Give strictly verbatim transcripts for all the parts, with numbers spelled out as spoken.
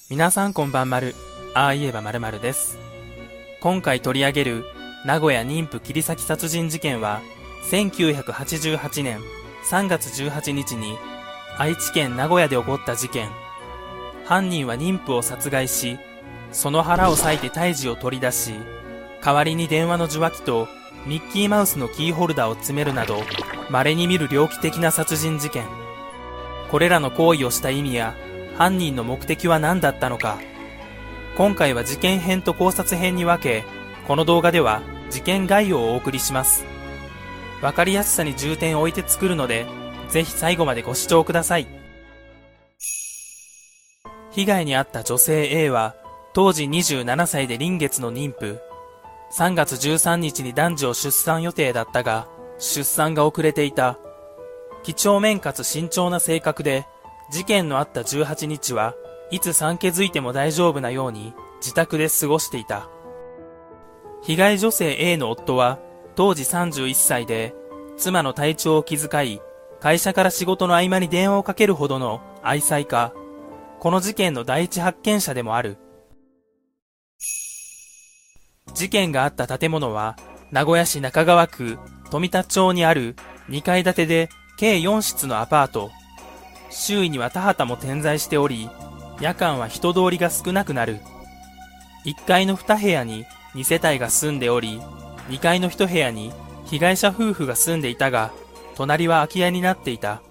皆さんこんばんまる、ああ言えばまるまるです。今回取り上げる名古屋妊婦切り裂き殺人事件は、せんきゅうひゃくはちじゅうはちねんさんがつじゅうはちにちに愛知県名古屋で起こった事件。犯人は妊婦を殺害し、その腹を裂いて胎児を取り出し、代わりに電話の受話器とミッキーマウスのキーホルダーを詰めるなど、稀に見る猟奇的な殺人事件。これらの行為をした意味や、犯人の目的は何だったのか。今回は事件編と考察編に分け、この動画では事件概要をお送りします。わかりやすさに重点を置いて作るので、ぜひ最後までご視聴ください。被害に遭った女性 A は、当時にじゅうななさいで臨月の妊婦。さんがつじゅうさんにちに男児を出産予定だったが、出産が遅れていた。几帳面かつ慎重な性格で、事件のあったじゅうはちにちはいつ産気づいても大丈夫なように自宅で過ごしていた。被害女性 A の夫は当時さんじゅういっさいで、妻の体調を気遣い、会社から仕事の合間に電話をかけるほどの愛妻家。この事件の第一発見者でもある。事件があった建物は名古屋市中川区富田町にあるにかい建てで計よんしつのアパート。周囲には田畑も点在しており、夜間は人通りが少なくなる。いっかいのにへやににせたいが住んでおり、にかいのいちへやに被害者夫婦が住んでいたが、隣は空き家になっていた。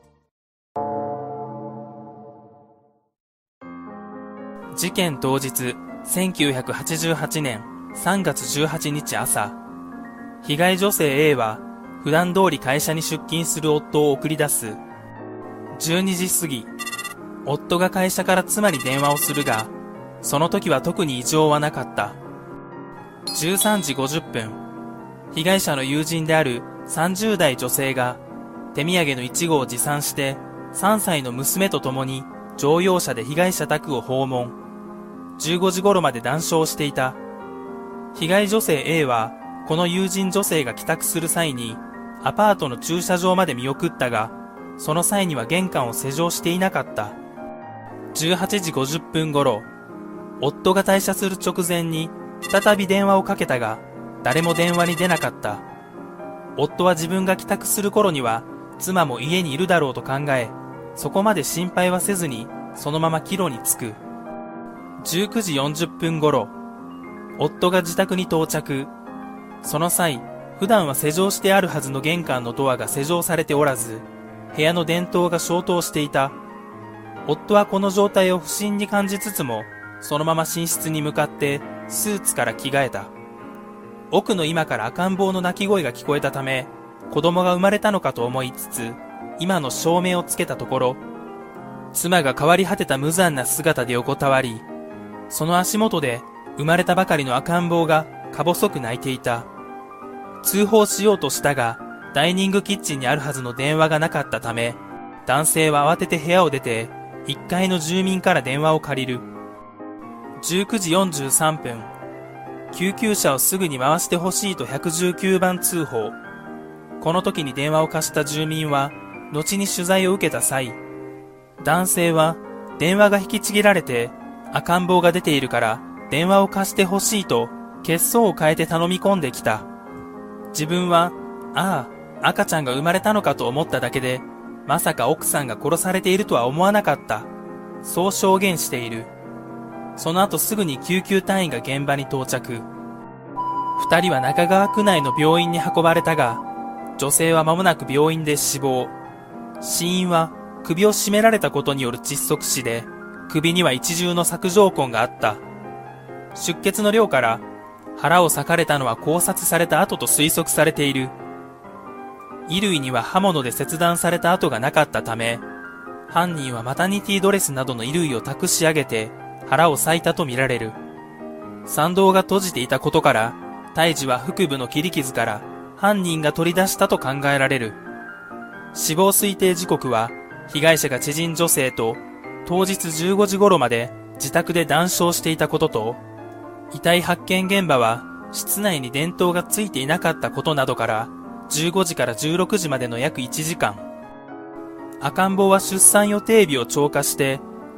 事件当日、せんきゅうひゃくはちじゅうはちねんさんがつじゅうはちにち朝、被害女性 A は普段通り会社に出勤する夫を送り出す。じゅうにじ過ぎ、夫が会社から妻に電話をするが、その時は特に異常はなかった。じゅうさんじごじゅっぷん、被害者の友人であるさんじゅうだい女性が手土産のイチゴを持参してさんさいの娘と共に乗用車で被害者宅を訪問。じゅうごじ頃まで談笑していた。被害女性 A はこの友人女性が帰宅する際にアパートの駐車場まで見送ったが、その際には玄関を施錠していなかった。じゅうはちじごじゅっぷん頃、夫が退社する直前に再び電話をかけたが、誰も電話に出なかった。夫は自分が帰宅する頃には妻も家にいるだろうと考え、そこまで心配はせずにそのまま帰路に着く。じゅうくじよんじゅっぷん頃、夫が自宅に到着。その際、普段は施錠してあるはずの玄関のドアが施錠されておらず、部屋の電灯が消灯していた。夫はこの状態を不審に感じつつも、そのまま寝室に向かってスーツから着替えた。奥の居間から赤ん坊の泣き声が聞こえたため、子供が生まれたのかと思いつつ、今の照明をつけたところ、妻が変わり果てた無残な姿で横たわり、その足元で生まれたばかりの赤ん坊がか細く泣いていた。通報しようとしたが、ダイニングキッチンにあるはずの電話がなかったため、男性は慌てて部屋を出て、いっかいの住民から電話を借りる。じゅうくじよんじゅうさんぷん、救急車をすぐに回してほしいといちいちきゅうばん通報。この時に電話を貸した住民は、後に取材を受けた際、男性は電話が引きちぎられて赤ん坊が出ているから電話を貸してほしいと血相を変えて頼み込んできた。自分は、ああ、赤ちゃんが生まれたのかと思っただけで、まさか奥さんが殺されているとは思わなかった。そう証言している。その後すぐに救急隊員が現場に到着。二人は中川区内の病院に運ばれたが、女性は間もなく病院で死亡。死因は首を絞められたことによる窒息死で、首には一重の索状痕があった。出血の量から、腹を裂かれたのは絞殺された後と推測されている。衣類には刃物で切断された跡がなかったため、犯人はマタニティドレスなどの衣類を託し上げて腹を裂いたとみられる。産道が閉じていたことから、胎児は腹部の切り傷から犯人が取り出したと考えられる。死亡推定時刻は、被害者が知人女性と当日じゅうごじ頃まで自宅で談笑していたことと、遺体発見現場は室内に電灯がついていなかったことなどから、じゅうごじからじゅうろくじまでの約いちじかん。赤ん坊は出産予定日を超過して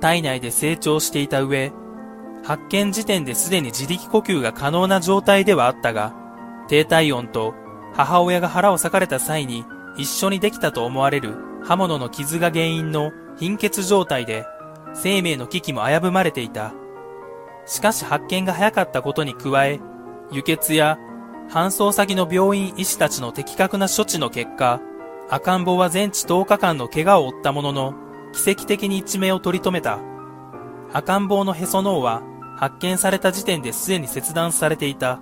体内で成長していた上、発見時点ですでに自力呼吸が可能な状態ではあったが、低体温と母親が腹を裂かれた際に一緒にできたと思われる刃物の傷が原因の貧血状態で、生命の危機も危ぶまれていた。しかし発見が早かったことに加え、輸血や搬送先の病院医師たちの的確な処置の結果、赤ん坊は全治とおかかんの怪我を負ったものの、奇跡的に一命を取り留めた。赤ん坊のへその緒は発見された時点ですでに切断されていた。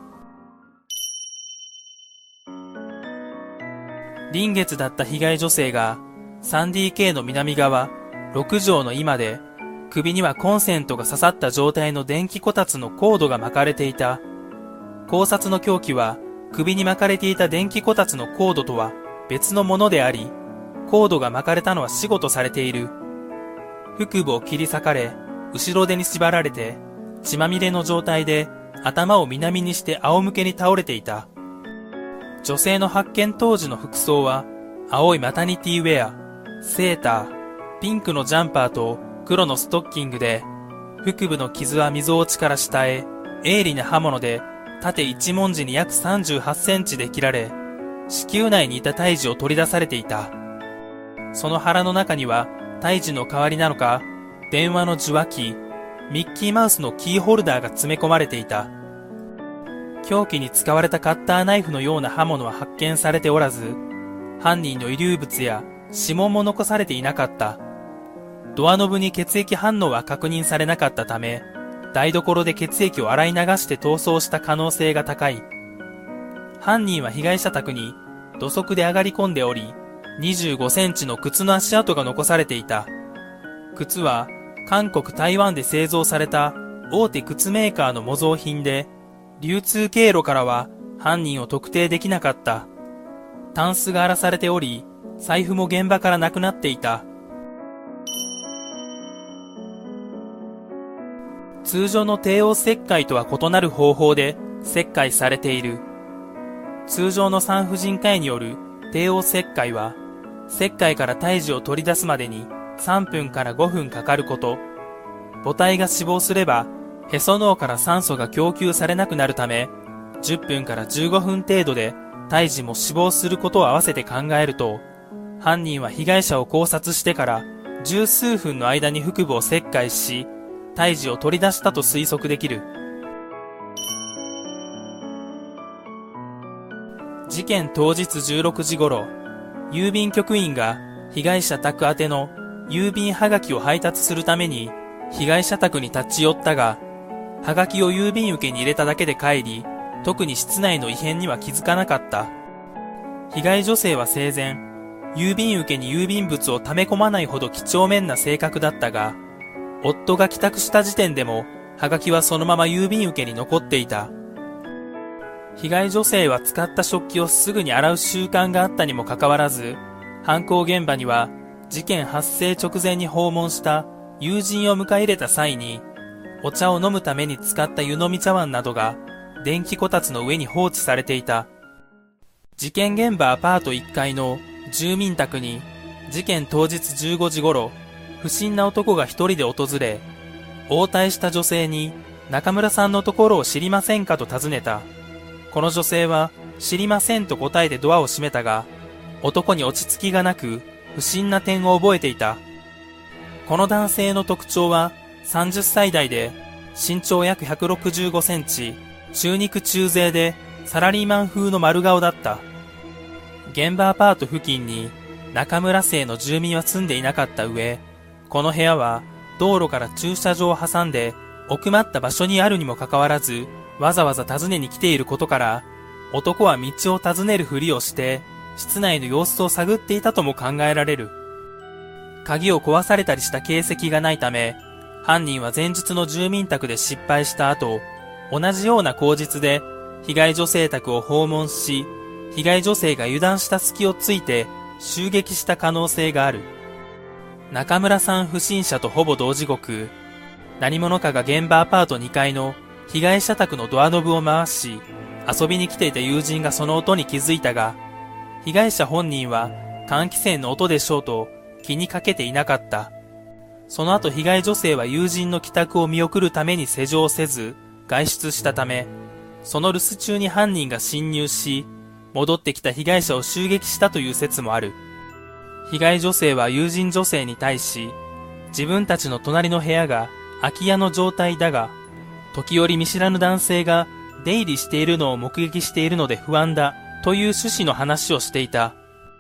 臨月だった被害女性が スリーディーケー の南側ろくじょうの居間で、首にはコンセントが刺さった状態の電気こたつのコードが巻かれていた。考察の凶器は首に巻かれていた電気こたつのコードとは別のものであり、コードが巻かれたのは死後とされている。腹部を切り裂かれ、後ろ手に縛られて、血まみれの状態で頭を南にして仰向けに倒れていた。女性の発見当時の服装は、青いマタニティウェア、セーター、ピンクのジャンパーと黒のストッキングで、腹部の傷は溝落ちから下へ、鋭利な刃物で縦一文字に約さんじゅうはちセンチで切られ、子宮内にいた胎児を取り出されていた。その腹の中には、胎児の代わりなのか、電話の受話器、ミッキーマウスのキーホルダーが詰め込まれていた。凶器に使われたカッターナイフのような刃物は発見されておらず、犯人の遺留物や指紋も残されていなかった。ドアノブに血液反応は確認されなかったため、台所で血液を洗い流して逃走した可能性が高い。犯人は被害者宅に土足で上がり込んでおり、にじゅうごセンチの靴の足跡が残されていた。靴は韓国・台湾で製造された大手靴メーカーの模造品で、流通経路からは犯人を特定できなかった。タンスが荒らされており、財布も現場からなくなっていた。通常の帝王切開とは異なる方法で切開されている。通常の産婦人科医による帝王切開は、切開から胎児を取り出すまでにさんぷんからごふんかかること。母体が死亡すれば、へその緒から酸素が供給されなくなるため、じゅっぷんからじゅうごふん程度で胎児も死亡することを合わせて考えると、犯人は被害者を考察してから十数分の間に腹部を切開し、胎児を取り出したと推測できる。事件当日じゅうろくじ頃、郵便局員が被害者宅宛ての郵便はがきを配達するために被害者宅に立ち寄ったが、はがきを郵便受けに入れただけで帰り、特に室内の異変には気づかなかった。被害女性は生前、郵便受けに郵便物を溜め込まないほど几帳面な性格だったが、夫が帰宅した時点でも、はがきはそのまま郵便受けに残っていた。被害女性は使った食器をすぐに洗う習慣があったにもかかわらず、犯行現場には事件発生直前に訪問した友人を迎え入れた際に、お茶を飲むために使った湯飲み茶碗などが電気こたつの上に放置されていた。事件現場アパートいっかいの住民宅に事件当日じゅうごじ頃、不審な男が一人で訪れ、応対した女性に中村さんのところを知りませんかと尋ねた。この女性は知りませんと答えてドアを閉めたが、男に落ち着きがなく不審な点を覚えていた。この男性の特徴はさんじゅっさい代で身長約ひゃくろくじゅうごセンチ、中肉中背でサラリーマン風の丸顔だった。現場アパート付近に中村姓の住民は住んでいなかった上、この部屋は道路から駐車場を挟んで奥まった場所にあるにもかかわらず、わざわざ訪ねに来ていることから、男は道を尋ねるふりをして室内の様子を探っていたとも考えられる。鍵を壊されたりした形跡がないため、犯人は前日の住民宅で失敗した後、同じような口実で被害女性宅を訪問し、被害女性が油断した隙をついて襲撃した可能性がある。中村さん不審者とほぼ同時刻、何者かが現場アパートにかいの被害者宅のドアノブを回し、遊びに来ていた友人がその音に気づいたが、被害者本人は換気扇の音でしょうと気にかけていなかった。 その後被害女性は友人の帰宅を見送るために施錠せず、外出したため、その留守中に犯人が侵入し、戻ってきた被害者を襲撃したという説もある。被害女性は友人女性に対し、自分たちの隣の部屋が空き家の状態だが、時折見知らぬ男性が出入りしているのを目撃しているので不安だという趣旨の話をしていた。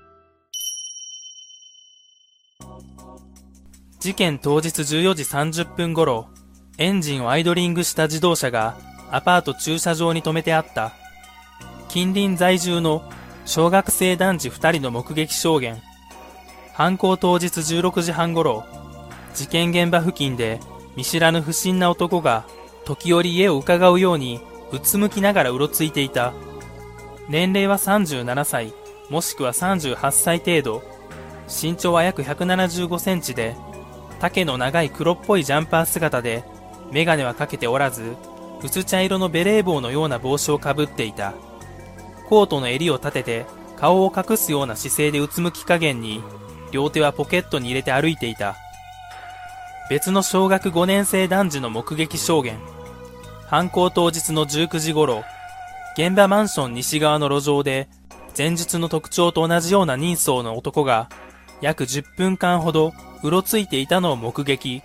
事件当日じゅうよじさんじゅっぷん頃、エンジンをアイドリングした自動車がアパート駐車場に停めてあった。近隣在住の小学生男児ふたりの目撃証言。犯行当日じゅうろくじはん頃、事件現場付近で見知らぬ不審な男が時折家を伺うようにうつむきながらうろついていた。年齢はさんじゅうななさい、もしくはさんじゅうはっさい程度。身長は約ひゃくななじゅうごセンチで、丈の長い黒っぽいジャンパー姿で、メガネはかけておらず、薄茶色のベレー帽のような帽子をかぶっていた。コートの襟を立てて、顔を隠すような姿勢でうつむき加減に、両手はポケットに入れて歩いていた。別の小学ごねん生男児の目撃証言。犯行当日のじゅうくじ頃、現場マンション西側の路上で、前述の特徴と同じような人相の男が、約じゅっぷんかんほどうろついていたのを目撃。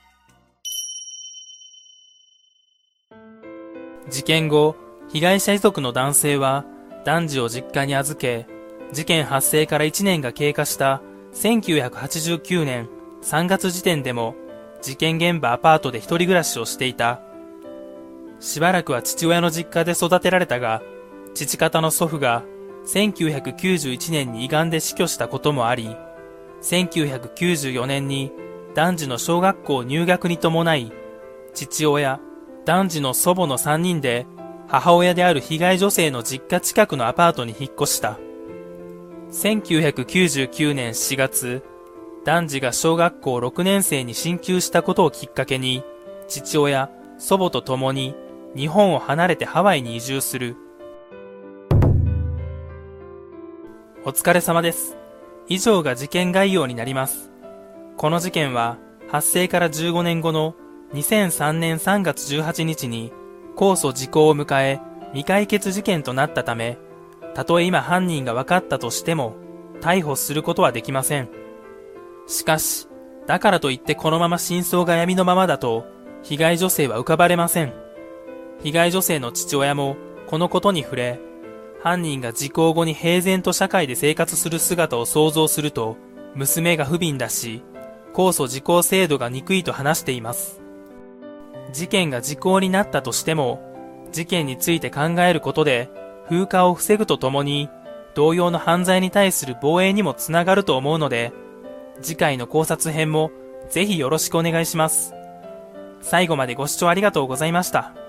事件後、被害者遺族の男性は男児を実家に預け、事件発生からいちねんが経過したせんきゅうひゃくはちじゅうきゅうねんさんがつ時点でも事件現場アパートで一人暮らしをしていた。しばらくは父親の実家で育てられたが、父方の祖父がせんきゅうひゃくきゅうじゅういちねんに胃がんで死去したこともあり、せんきゅうひゃくきゅうじゅうよねんに男児の小学校入学に伴い、父親、男児の祖母のさんにんで母親である被害女性の実家近くのアパートに引っ越した。せんきゅうひゃくきゅうじゅうきゅうねんしがつ、男児が小学校ろくねん生に進級したことをきっかけに、父親、祖母と共に日本を離れてハワイに移住する。お疲れ様です。以上が事件概要になります。この事件は発生からじゅうごねんごのにせんさんねんさんがつじゅうはちにちに控訴時効を迎え未解決事件となったため、たとえ今犯人が分かったとしても逮捕することはできません。しかし、だからといってこのまま真相が闇のままだと被害女性は浮かばれません。被害女性の父親もこのことに触れ、犯人が時効後に平然と社会で生活する姿を想像すると、娘が不憫だし、控訴時効制度が憎いと話しています。事件が時効になったとしても、事件について考えることで、風化を防ぐとともに、同様の犯罪に対する防衛にもつながると思うので、次回の考察編もぜひよろしくお願いします。最後までご視聴ありがとうございました。